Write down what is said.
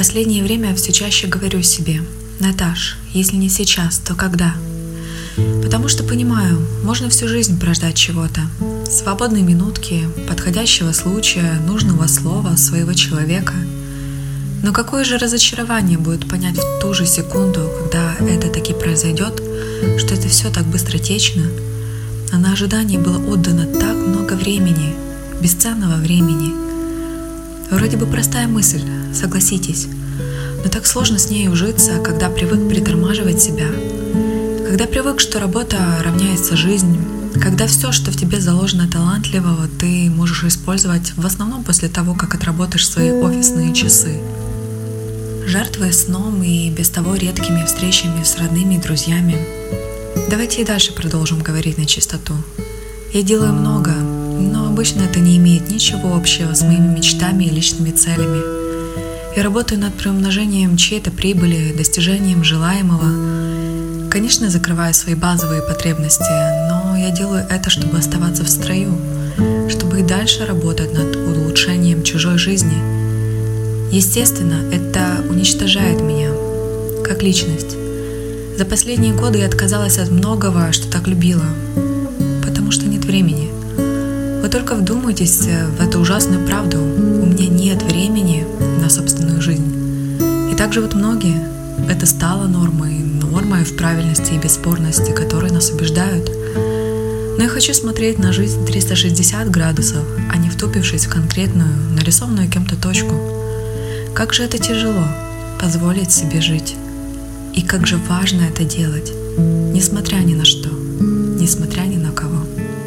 последнее время все чаще говорю себе: Наташ, если не сейчас, то когда? Потому что понимаю, можно всю жизнь прождать чего-то. Свободной минутки, подходящего случая, нужного слова, своего человека. Но какое же разочарование будет понять в ту же секунду, когда это таки произойдет, что это все так быстротечно, а на ожидание было отдано так много времени, бесценного времени. Вроде бы простая мысль, согласитесь, но так сложно с ней ужиться, когда привык притормаживать себя, когда привык, что работа равняется жизнь, когда все, что в тебе заложено талантливого, ты можешь использовать в основном после того, как отработаешь свои офисные часы. Жертвуя сном и без того редкими встречами с родными и друзьями. Давайте и дальше продолжим говорить на чистоту. Я делаю много, но обычно это не имеет ничего общего с моими мечтами и личными целями. Я работаю над приумножением чьей-то прибыли, достижением желаемого. Конечно, закрываю свои базовые потребности, но я делаю это, чтобы оставаться в строю, чтобы и дальше работать над улучшением чужой жизни. Естественно, это уничтожает меня, как личность. За последние годы я отказалась от многого, что так любила, потому что нет времени. Вы только вдумайтесь в эту ужасную правду. У меня нет времени на собственную жизнь. И так живут многие. Это стало нормой в правильности и бесспорности, которые нас убеждают. Но я хочу смотреть на жизнь 360 градусов, а не втупившись в конкретную, нарисованную кем-то точку. Как же это тяжело — позволить себе жить. И как же важно это делать, несмотря ни на что, несмотря ни на кого.